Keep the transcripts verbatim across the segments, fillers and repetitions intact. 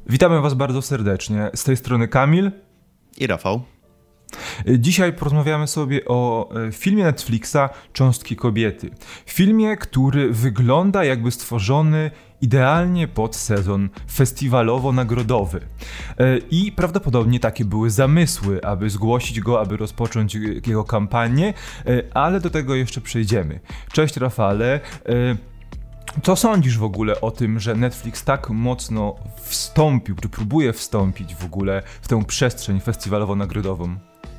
Witamy Was bardzo serdecznie. Z tej strony Kamil i Rafał. Dzisiaj porozmawiamy sobie o filmie Netflixa Cząstki kobiety. Filmie, który wygląda jakby stworzony idealnie pod sezon festiwalowo-nagrodowy. I prawdopodobnie takie były zamysły, aby zgłosić go, aby rozpocząć jego kampanię, ale do tego jeszcze przejdziemy. Cześć Rafale. Co sądzisz w ogóle o tym, że Netflix tak mocno wstąpił, czy próbuje wstąpić w ogóle w tę przestrzeń festiwalowo-nagrodową?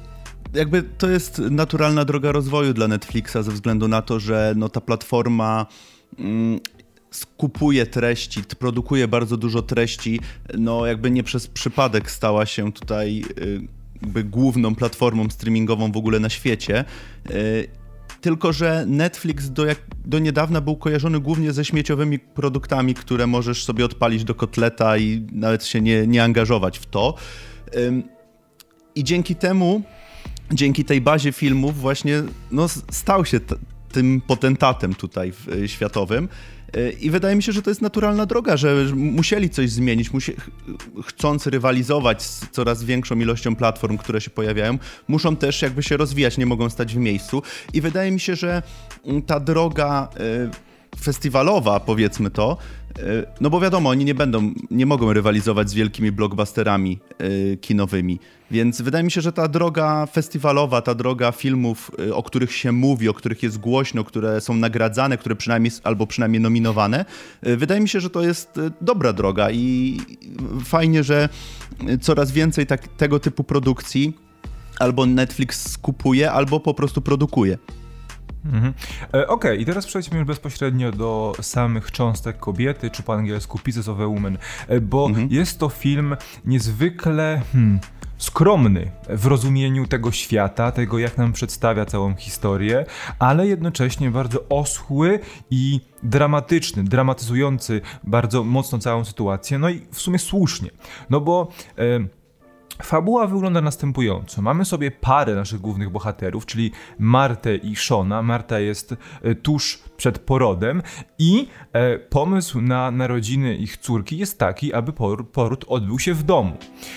Jakby to jest naturalna droga rozwoju dla Netflixa ze względu na to, że no, ta platforma mm, skupuje treści, produkuje bardzo dużo treści, no jakby nie przez przypadek stała się tutaj y, jakby główną platformą streamingową w ogóle na świecie. Y, Tylko że Netflix do, jak, do niedawna był kojarzony głównie ze śmieciowymi produktami, które możesz sobie odpalić do kotleta i nawet się nie, nie angażować w to. Ym, I dzięki temu, dzięki tej bazie filmów właśnie no, stał się t- tym potentatem tutaj w, y, światowym. I wydaje mi się, że to jest naturalna droga, że musieli coś zmienić, musie, chcąc rywalizować z coraz większą ilością platform, które się pojawiają, muszą też jakby się rozwijać, nie mogą stać w miejscu. I wydaje mi się, że ta droga festiwalowa, powiedzmy to, no bo wiadomo, oni nie będą, nie mogą rywalizować z wielkimi blockbusterami kinowymi, więc wydaje mi się, że ta droga festiwalowa, ta droga filmów, o których się mówi, o których jest głośno, które są nagradzane, które przynajmniej, albo przynajmniej nominowane, wydaje mi się, że to jest dobra droga i fajnie, że coraz więcej tak, tego typu produkcji albo Netflix skupuje, albo po prostu produkuje. Mhm. E, Okej, okay. I teraz przejdźmy już bezpośrednio do samych cząstek kobiety, czy po angielsku Pieces of a Woman, e, bo mhm. jest to film niezwykle hmm, skromny w rozumieniu tego świata, tego jak nam przedstawia całą historię, ale jednocześnie bardzo oschły i dramatyczny, dramatyzujący bardzo mocno całą sytuację, no i w sumie słusznie, no bo... E, Fabuła wygląda następująco. Mamy sobie parę naszych głównych bohaterów, czyli Martę i Shona. Marta jest tuż przed porodem i e, pomysł na narodziny ich córki jest taki, aby por- poród odbył się w domu.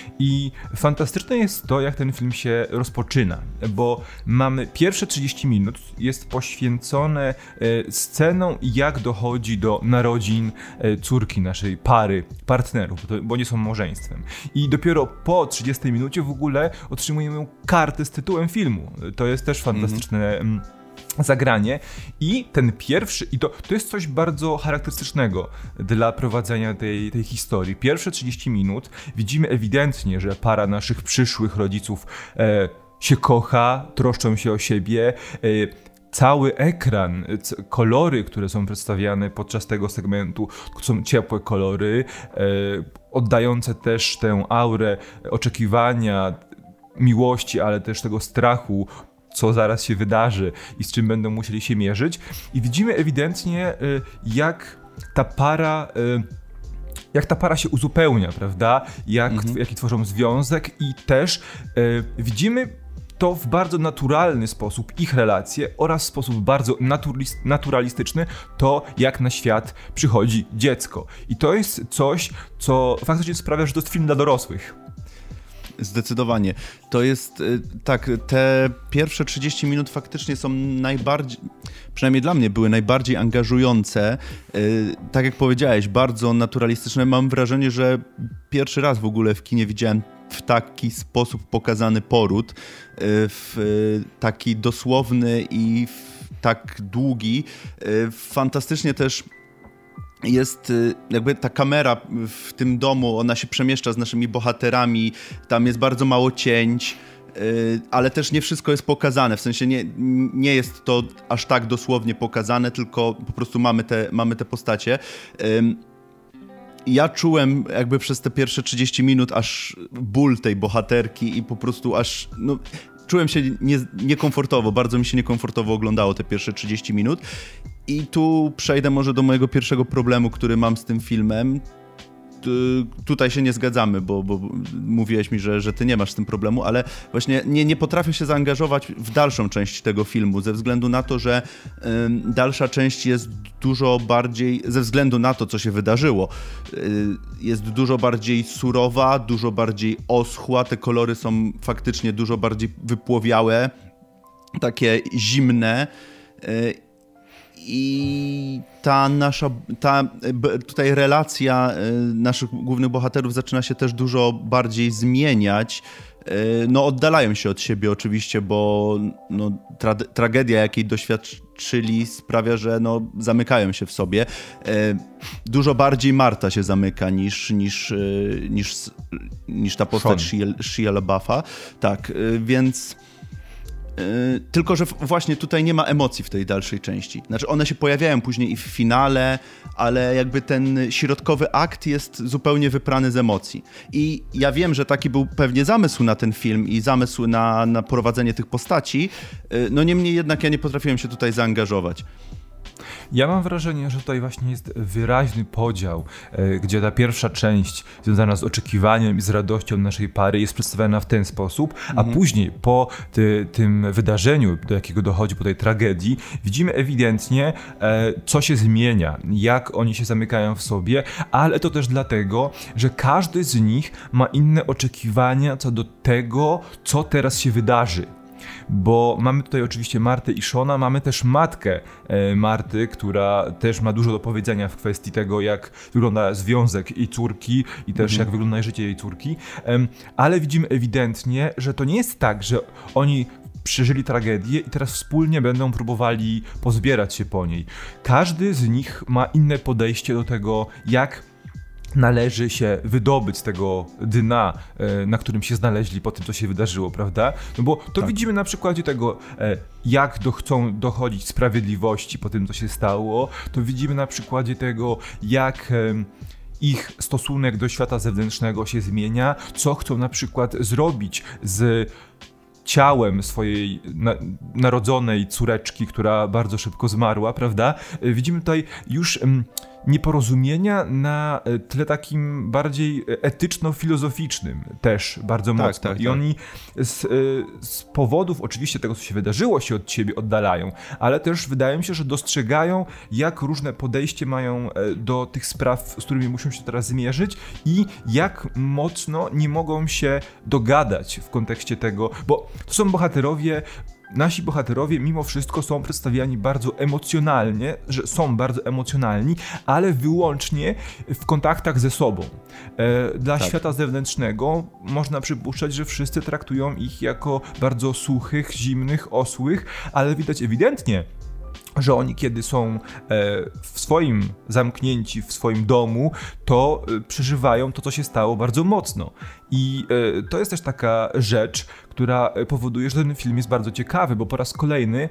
I fantastyczne jest to, jak ten film się rozpoczyna, bo mamy pierwsze trzydzieści minut jest poświęcone e, sceną, jak dochodzi do narodzin e, córki naszej pary, partnerów, bo, to, bo nie są małżeństwem. I dopiero po trzydziestej minucie w ogóle otrzymujemy kartę z tytułem filmu. To jest też fantastyczne mm. zagranie i ten pierwszy, i to, to jest coś bardzo charakterystycznego dla prowadzenia tej, tej historii. Pierwsze trzydzieści minut widzimy ewidentnie, że para naszych przyszłych rodziców e, się kocha, troszczą się o siebie, e, cały ekran, c- kolory, które są przedstawiane podczas tego segmentu, to są ciepłe kolory, e, oddające też tę aurę oczekiwania, miłości, ale też tego strachu, co zaraz się wydarzy i z czym będą musieli się mierzyć. I widzimy ewidentnie, jak ta para, jak ta para się uzupełnia, prawda? Jak, mhm. Jaki tworzą związek i też widzimy to w bardzo naturalny sposób, ich relacje oraz w sposób bardzo naturalist- naturalistyczny to, jak na świat przychodzi dziecko. I to jest coś, co faktycznie sprawia, że to jest film dla dorosłych. Zdecydowanie. To jest tak, te pierwsze trzydzieści minut faktycznie są najbardziej, przynajmniej dla mnie były najbardziej angażujące. Tak jak powiedziałeś, bardzo naturalistyczne. Mam wrażenie, że pierwszy raz w ogóle w kinie widziałem w taki sposób pokazany poród, w taki dosłowny i tak długi. Fantastycznie też jest jakby ta kamera w tym domu, ona się przemieszcza z naszymi bohaterami, tam jest bardzo mało cięć, ale też nie wszystko jest pokazane, w sensie nie, nie jest to aż tak dosłownie pokazane, tylko po prostu mamy te, mamy te postacie. Ja czułem jakby przez te pierwsze trzydzieści minut aż ból tej bohaterki i po prostu aż... No, czułem się nie, niekomfortowo, bardzo mi się niekomfortowo oglądało te pierwsze trzydzieści minut. I tu przejdę może do mojego pierwszego problemu, który mam z tym filmem. Tutaj się nie zgadzamy, bo, bo mówiłeś mi, że, że ty nie masz z tym problemu, ale właśnie nie, nie potrafię się zaangażować w dalszą część tego filmu, ze względu na to, że y, dalsza część jest dużo bardziej, ze względu na to, co się wydarzyło, y, jest dużo bardziej surowa, dużo bardziej oschła, te kolory są faktycznie dużo bardziej wypłowiałe, takie zimne. I ta nasza, ta tutaj relacja naszych głównych bohaterów zaczyna się też dużo bardziej zmieniać. No oddalają się od siebie oczywiście, bo no, tra tragedia, jakiej doświadczyli, sprawia, że no, zamykają się w sobie. Dużo bardziej Marta się zamyka niż, niż, niż, niż ta postać Shia, Shia LaBeoufa. Tak, więc... Yy, tylko, że właśnie tutaj nie ma emocji w tej dalszej części. Znaczy one się pojawiają później i w finale, ale jakby ten środkowy akt jest zupełnie wyprany z emocji. I ja wiem, że taki był pewnie zamysł na ten film i zamysł na, na prowadzenie tych postaci, yy, no niemniej jednak ja nie potrafiłem się tutaj zaangażować. Ja mam wrażenie, że tutaj właśnie jest wyraźny podział, e, gdzie ta pierwsza część związana z oczekiwaniem i z radością naszej pary jest przedstawiana w ten sposób, a mhm. później po ty, tym wydarzeniu, do jakiego dochodzi, po tej tragedii, widzimy ewidentnie, e, co się zmienia, jak oni się zamykają w sobie, ale to też dlatego, że każdy z nich ma inne oczekiwania co do tego, co teraz się wydarzy. Bo mamy tutaj oczywiście Martę i Shona, mamy też matkę e, Marty, która też ma dużo do powiedzenia w kwestii tego, jak wygląda związek jej córki i też mhm. jak wygląda życie jej córki, e, ale widzimy ewidentnie, że to nie jest tak, że oni przeżyli tragedię i teraz wspólnie będą próbowali pozbierać się po niej. Każdy z nich ma inne podejście do tego, jak należy się wydobyć z tego dna, na którym się znaleźli po tym, co się wydarzyło, prawda? No bo to tak. widzimy na przykładzie tego, jak do, chcą dochodzić sprawiedliwości po tym, co się stało. To widzimy na przykładzie tego, jak ich stosunek do świata zewnętrznego się zmienia, co chcą na przykład zrobić z ciałem swojej na, narodzonej córeczki, która bardzo szybko zmarła, prawda? Widzimy tutaj już um, nieporozumienia na tle takim bardziej etyczno-filozoficznym też bardzo tak, mocno. tak, I tak. oni z, z powodów oczywiście tego, co się wydarzyło, się od siebie oddalają, ale też wydaje mi się, że dostrzegają, jak różne podejście mają do tych spraw, z którymi muszą się teraz zmierzyć i jak mocno nie mogą się dogadać w kontekście tego, bo to są bohaterowie. Nasi bohaterowie mimo wszystko są przedstawiani bardzo emocjonalnie, że są bardzo emocjonalni, ale wyłącznie w kontaktach ze sobą. E, dla tak. świata zewnętrznego można przypuszczać, że wszyscy traktują ich jako bardzo suchych, zimnych, osłych, ale widać ewidentnie, że oni kiedy są w swoim zamknięci, w swoim domu, to przeżywają to, co się stało bardzo mocno. I to jest też taka rzecz, która powoduje, że ten film jest bardzo ciekawy, bo po raz kolejny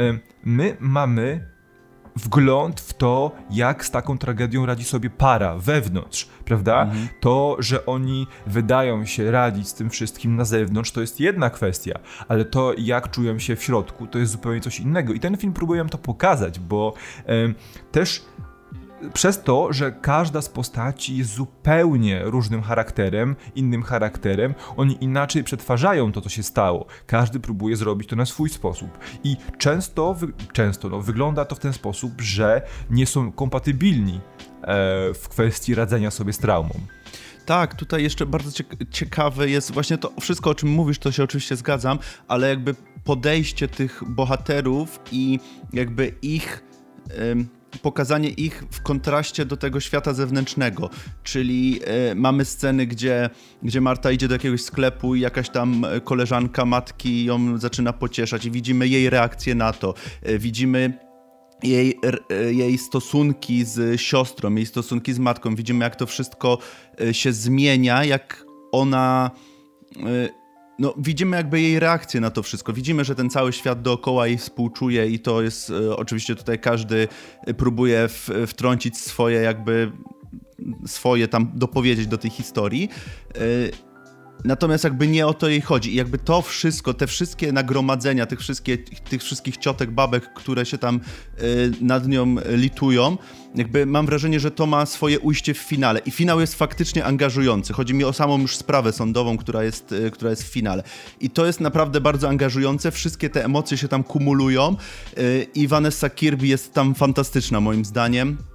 my mamy wgląd w to, jak z taką tragedią radzi sobie para wewnątrz, prawda? Mhm. To, że oni wydają się radzić z tym wszystkim na zewnątrz, to jest jedna kwestia, ale to, jak czują się w środku, to jest zupełnie coś innego. I ten film próbuje nam to pokazać, bo e, też przez to, że każda z postaci jest zupełnie różnym charakterem, innym charakterem, oni inaczej przetwarzają to, co się stało. Każdy próbuje zrobić to na swój sposób. I często, wy- często no, wygląda to w ten sposób, że nie są kompatybilni e, w kwestii radzenia sobie z traumą. Tak, tutaj jeszcze bardzo ciekawe jest właśnie to wszystko, o czym mówisz, to się oczywiście zgadzam, ale jakby podejście tych bohaterów i jakby ich... Ym... pokazanie ich w kontraście do tego świata zewnętrznego, czyli y, mamy sceny, gdzie, gdzie Marta idzie do jakiegoś sklepu i jakaś tam koleżanka matki ją zaczyna pocieszać i widzimy jej reakcję na to, y, widzimy jej, y, jej stosunki z siostrą, jej stosunki z matką, widzimy jak to wszystko y, się zmienia, jak ona... Y, No, widzimy jakby jej reakcję na to wszystko. Widzimy, że ten cały świat dookoła jej współczuje i to jest e, oczywiście tutaj każdy próbuje w, wtrącić swoje jakby swoje tam dopowiedzieć do tej historii. E, Natomiast jakby nie o to jej chodzi. I jakby to wszystko, te wszystkie nagromadzenia, tych, wszystkie, tych wszystkich ciotek, babek, które się tam y, nad nią litują, jakby mam wrażenie, że to ma swoje ujście w finale. I finał jest faktycznie angażujący. Chodzi mi o samą już sprawę sądową, która jest, y, która jest w finale. I to jest naprawdę bardzo angażujące. Wszystkie te emocje się tam kumulują y, i Vanessa Kirby jest tam fantastyczna moim zdaniem.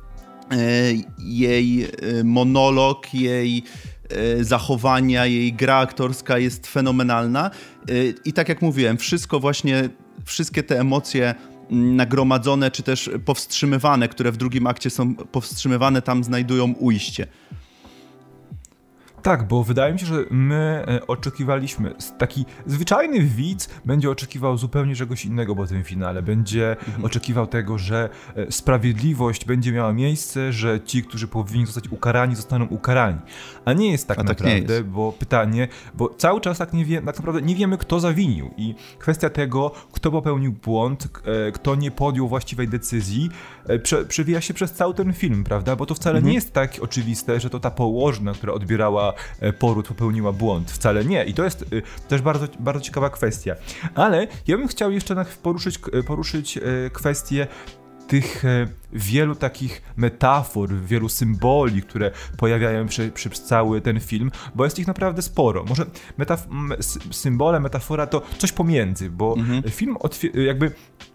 jej monolog, jej zachowania, jej gra aktorska jest fenomenalna i tak jak mówiłem, wszystko właśnie, wszystkie te emocje nagromadzone, czy też powstrzymywane, które w drugim akcie są powstrzymywane, tam znajdują ujście. Tak, bo wydaje mi się, że my oczekiwaliśmy, taki zwyczajny widz będzie oczekiwał zupełnie czegoś innego po tym finale. Będzie mhm. oczekiwał tego, że sprawiedliwość będzie miała miejsce, że ci, którzy powinni zostać ukarani, zostaną ukarani. A nie jest tak A naprawdę, tak jest. bo pytanie, bo cały czas tak, nie wie, tak naprawdę nie wiemy, kto zawinił i kwestia tego, kto popełnił błąd, kto nie podjął właściwej decyzji, prze, przewija się przez cały ten film, prawda? Bo to wcale mhm. nie jest tak oczywiste, że to ta położna, która odbierała poród, popełniła błąd. Wcale nie. I to jest y, też bardzo, bardzo ciekawa kwestia. Ale ja bym chciał jeszcze poruszyć, poruszyć y, kwestię tych y, wielu takich metafor, wielu symboli, które pojawiają się przez cały ten film, bo jest ich naprawdę sporo. Może metaf- m- symbole, metafora to coś pomiędzy, bo mhm. film otwier- jakby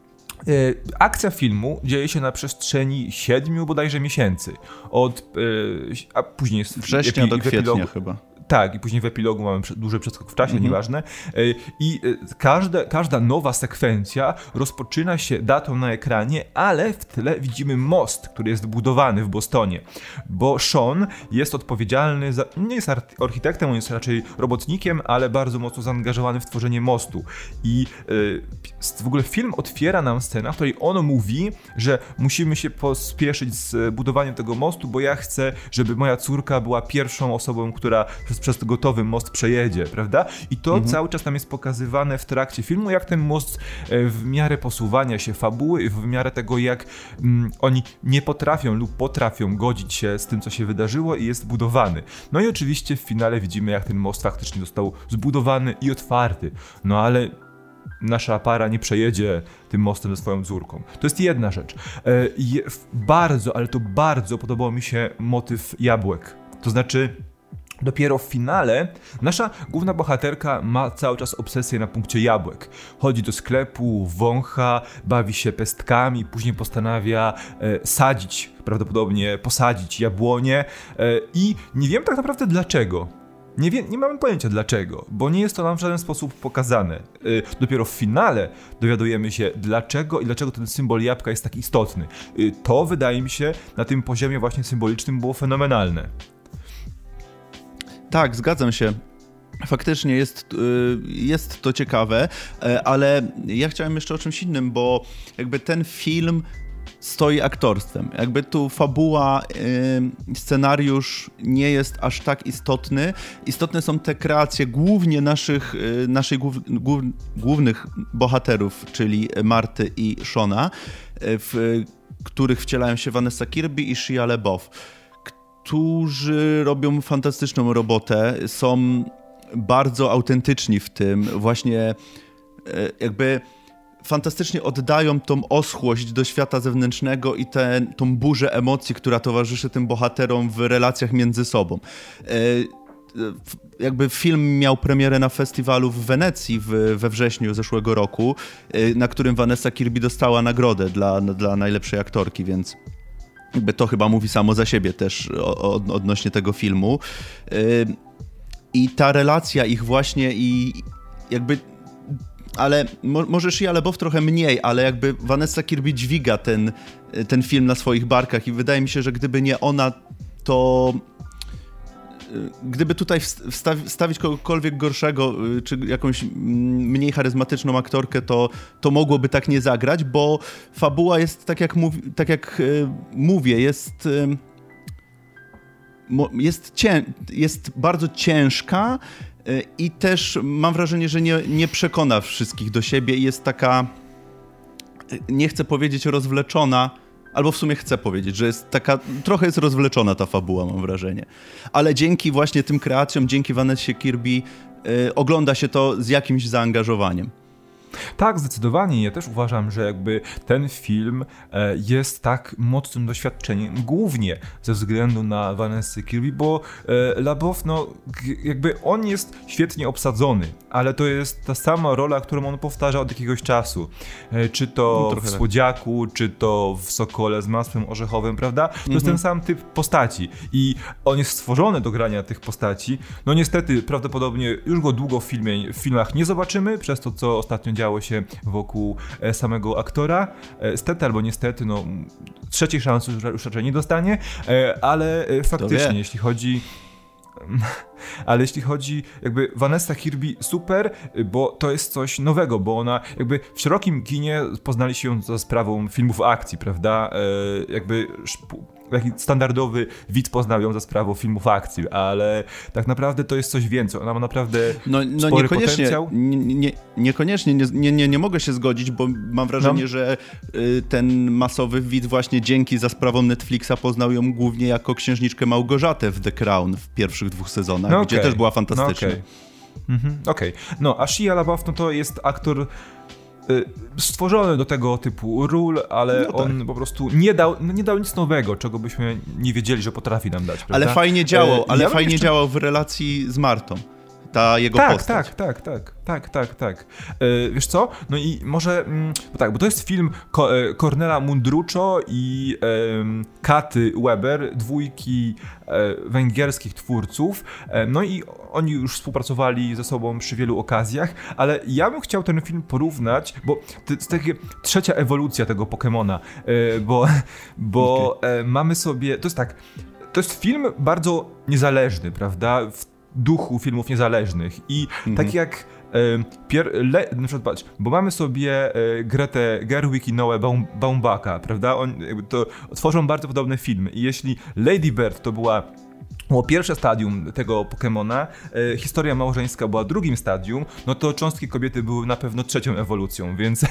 akcja filmu dzieje się na przestrzeni siedmiu bodajże miesięcy. Od, a później jest września epi- do kwietnia epilogu, chyba. Tak, i później w epilogu mamy duży przeskok w czasie, mhm. nieważne. I każde, każda nowa sekwencja rozpoczyna się datą na ekranie, ale w tle widzimy most, który jest budowany w Bostonie. Bo Sean jest odpowiedzialny za... nie jest architektem, on jest raczej robotnikiem, ale bardzo mocno zaangażowany w tworzenie mostu. I w ogóle film otwiera nam scenę, w której on mówi, że musimy się pospieszyć z budowaniem tego mostu, bo ja chcę, żeby moja córka była pierwszą osobą, która przez gotowy most przejedzie, prawda? I to mhm. cały czas tam jest pokazywane w trakcie filmu, jak ten most w miarę posuwania się fabuły i w miarę tego, jak mm, oni nie potrafią lub potrafią godzić się z tym, co się wydarzyło i jest budowany. No i oczywiście w finale widzimy, jak ten most faktycznie został zbudowany i otwarty. No ale nasza para nie przejedzie tym mostem ze swoją córką. To jest jedna rzecz. E, bardzo, ale to bardzo podobał mi się motyw jabłek. To znaczy... Dopiero w finale nasza główna bohaterka ma cały czas obsesję na punkcie jabłek. Chodzi do sklepu, wącha, bawi się pestkami, później postanawia e, sadzić, prawdopodobnie posadzić jabłonie e, i nie wiem tak naprawdę dlaczego. Nie, wie, nie mamy pojęcia dlaczego, bo nie jest to nam w żaden sposób pokazane. Yy, dopiero w finale dowiadujemy się dlaczego i dlaczego ten symbol jabłka jest tak istotny. Yy, to wydaje mi się na tym poziomie właśnie symbolicznym było fenomenalne. Tak, zgadzam się. Faktycznie jest, jest to ciekawe, ale ja chciałem jeszcze o czymś innym, bo jakby ten film stoi aktorstwem. Jakby tu fabuła, scenariusz nie jest aż tak istotny. Istotne są te kreacje głównie naszych, naszych głów, głów, głównych bohaterów, czyli Marty i Shona, w których wcielają się Vanessa Kirby i Shia LaBeouf, którzy robią fantastyczną robotę, są bardzo autentyczni w tym, właśnie jakby fantastycznie oddają tą oschłość do świata zewnętrznego i tę tą burzę emocji, która towarzyszy tym bohaterom w relacjach między sobą. Jakby film miał premierę na festiwalu w Wenecji w, we wrześniu zeszłego roku, na którym Vanessa Kirby dostała nagrodę dla, dla najlepszej aktorki, więc jakby to chyba mówi samo za siebie też od, odnośnie tego filmu. I ta relacja ich właśnie i jakby, ale mo, może Shia LaBeouf trochę mniej, ale jakby Vanessa Kirby dźwiga ten, ten film na swoich barkach i wydaje mi się, że gdyby nie ona, to gdyby tutaj wstawić kogokolwiek gorszego, czy jakąś mniej charyzmatyczną aktorkę, to, to mogłoby tak nie zagrać, bo fabuła jest, tak jak, mówi, tak jak mówię, jest, jest, cię, jest bardzo ciężka i też mam wrażenie, że nie, nie przekona wszystkich do siebie i jest taka, nie chcę powiedzieć rozwleczona, albo w sumie chcę powiedzieć, że jest taka, trochę jest rozwleczona ta fabuła, mam wrażenie. Ale dzięki właśnie tym kreacjom, dzięki Vanessie Kirby yy, ogląda się to z jakimś zaangażowaniem. Tak, zdecydowanie. Ja też uważam, że jakby ten film e, jest tak mocnym doświadczeniem, głównie ze względu na Vanessę Kirby, bo e, LaBeouf, no g- jakby on jest świetnie obsadzony, ale to jest ta sama rola, którą on powtarza od jakiegoś czasu. E, czy to no, w Słodziaku, czy to w Sokole z masłem orzechowym, prawda? To mhm. jest ten sam typ postaci i on jest stworzony do grania tych postaci. No niestety, prawdopodobnie już go długo w, filmie, w filmach nie zobaczymy, przez to, co ostatnio działo się wokół samego aktora. Stety albo niestety, no trzeciej szansy już raczej nie dostanie, ale faktycznie, jeśli chodzi... Ale jeśli chodzi, jakby Vanessa Kirby super, bo to jest coś nowego, bo ona jakby w szerokim kinie poznali się ją za sprawą filmów akcji, prawda? E, jakby taki standardowy widz poznał ją za sprawą filmów akcji, ale tak naprawdę to jest coś więcej. Ona ma naprawdę no, no spory niekoniecznie, potencjał. Nie, nie, niekoniecznie, nie, nie, nie, nie mogę się zgodzić, bo mam wrażenie, no. że y, ten masowy widz właśnie dzięki za sprawą Netflixa poznał ją głównie jako księżniczkę Małgorzatę w The Crown w pierwszych dwóch sezonach, no gdzie okay. też była fantastyczna. No okej, okay. mhm, okay. No a Shia LaBeouf, no to jest aktor stworzony do tego typu ról, ale no tak. on po prostu nie dał, no nie dał nic nowego, czego byśmy nie wiedzieli, że potrafi nam dać, prawda? Ale fajnie działał, e, ale ja fajnie jeszcze... działał w relacji z Martą. Ta jego tak, postać. Tak, tak, tak, tak, tak, tak. E, wiesz co? No i może, mm, bo tak, bo to jest film Ko- e, Cornela Mundruczo i e, Katy Weber, dwójki e, węgierskich twórców, e, no i oni już współpracowali ze sobą przy wielu okazjach, ale ja bym chciał ten film porównać, bo to jest taka trzecia ewolucja tego Pokemona, e, bo, bo okay. e, mamy sobie, to jest tak, to jest film bardzo niezależny, prawda? W duchu filmów niezależnych i mhm. tak jak e, pier, le, na przykład patrz, bo mamy sobie e, Gretę Gerwig i Noę Baum, Baumbacha, prawda? On, jakby to tworzą bardzo podobne filmy i jeśli Lady Bird to była było pierwsze stadium tego Pokemona, e, historia małżeńska była drugim stadium, no to Cząstki kobiety były na pewno trzecią ewolucją, więc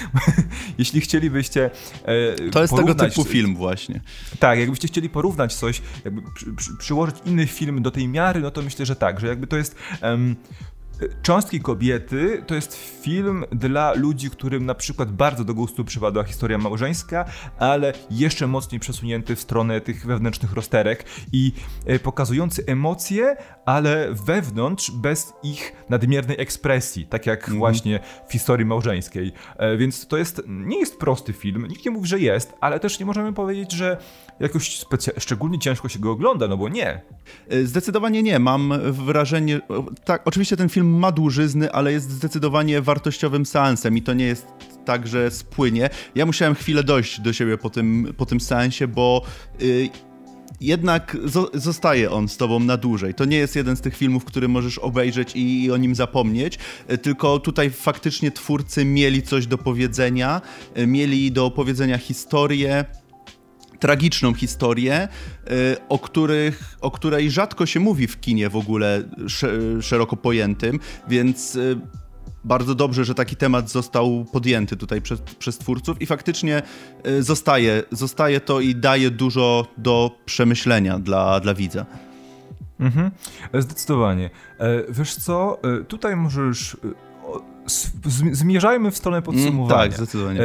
jeśli chcielibyście e, to jest tego typu film właśnie. Tak, jakbyście chcieli porównać coś, jakby przy, przy, przyłożyć inny film do tej miary, no to myślę, że tak, że jakby to jest... Um, Cząstki kobiety to jest film dla ludzi, którym na przykład bardzo do gustu przypadła historia małżeńska, ale jeszcze mocniej przesunięty w stronę tych wewnętrznych rozterek i pokazujący emocje, ale wewnątrz bez ich nadmiernej ekspresji, tak jak mm. właśnie w historii małżeńskiej. Więc to jest, nie jest prosty film, nikt nie mówi, że jest, ale też nie możemy powiedzieć, że jakoś specy- szczególnie ciężko się go ogląda, no bo nie. Zdecydowanie nie. Mam wrażenie, tak, oczywiście ten film ma dłużyzny, ale jest zdecydowanie wartościowym seansem i to nie jest tak, że spłynie. Ja musiałem chwilę dojść do siebie po tym, po tym seansie, bo yy, jednak zo- zostaje on z tobą na dłużej. To nie jest jeden z tych filmów, który możesz obejrzeć i, i o nim zapomnieć, yy, tylko tutaj faktycznie twórcy mieli coś do powiedzenia, yy, mieli do opowiedzenia historię, tragiczną historię, o, których, o której rzadko się mówi w kinie w ogóle szeroko pojętym, więc bardzo dobrze, że taki temat został podjęty tutaj przez, przez twórców i faktycznie zostaje, zostaje to i daje dużo do przemyślenia dla, dla widza. Mhm, zdecydowanie. Wiesz co, tutaj możesz... Zmierzajmy w stronę podsumowania. Mm, tak, zdecydowanie.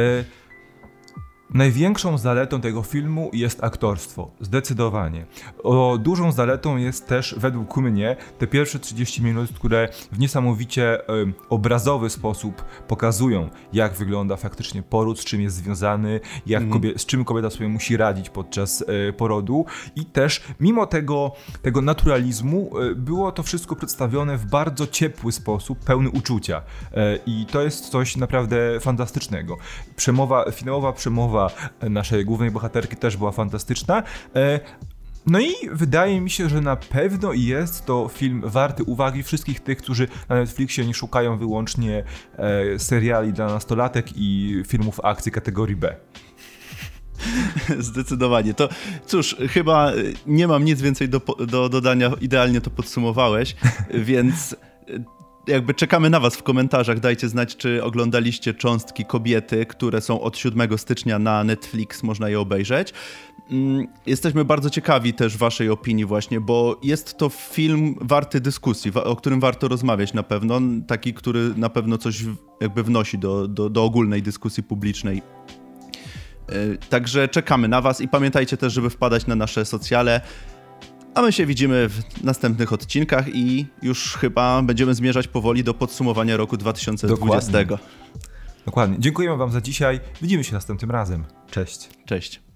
Największą zaletą tego filmu jest aktorstwo, zdecydowanie. O, dużą zaletą jest też, według mnie, te pierwsze trzydzieści minut, które w niesamowicie y, obrazowy sposób pokazują, jak wygląda faktycznie poród, z czym jest związany, jak mm. kobie- z czym kobieta sobie musi radzić podczas y, porodu i też mimo tego, tego naturalizmu y, było to wszystko przedstawione w bardzo ciepły sposób, pełny uczucia y, i to jest coś naprawdę fantastycznego. Przemowa, finałowa przemowa naszej głównej bohaterki też była fantastyczna. No i wydaje mi się, że na pewno jest to film warty uwagi wszystkich tych, którzy na Netflixie nie szukają wyłącznie seriali dla nastolatek i filmów akcji kategorii B. Zdecydowanie. To cóż, chyba nie mam nic więcej do, do dodania, idealnie to podsumowałeś, więc... Jakby czekamy na was w komentarzach, dajcie znać, czy oglądaliście Cząstki kobiety, które są od siódmego stycznia na Netflix, można je obejrzeć. jesteśmy bardzo ciekawi też waszej opinii właśnie, bo jest to film warty dyskusji, o którym warto rozmawiać na pewno, taki, który na pewno coś jakby wnosi do, do, do ogólnej dyskusji publicznej. Także czekamy na was i pamiętajcie też, żeby wpadać na nasze socjale, a my się widzimy w następnych odcinkach i już chyba będziemy zmierzać powoli do podsumowania roku dwa tysiące dwudziestego. Dokładnie. Dokładnie. Dziękujemy wam za dzisiaj. Widzimy się następnym razem. Cześć. Cześć.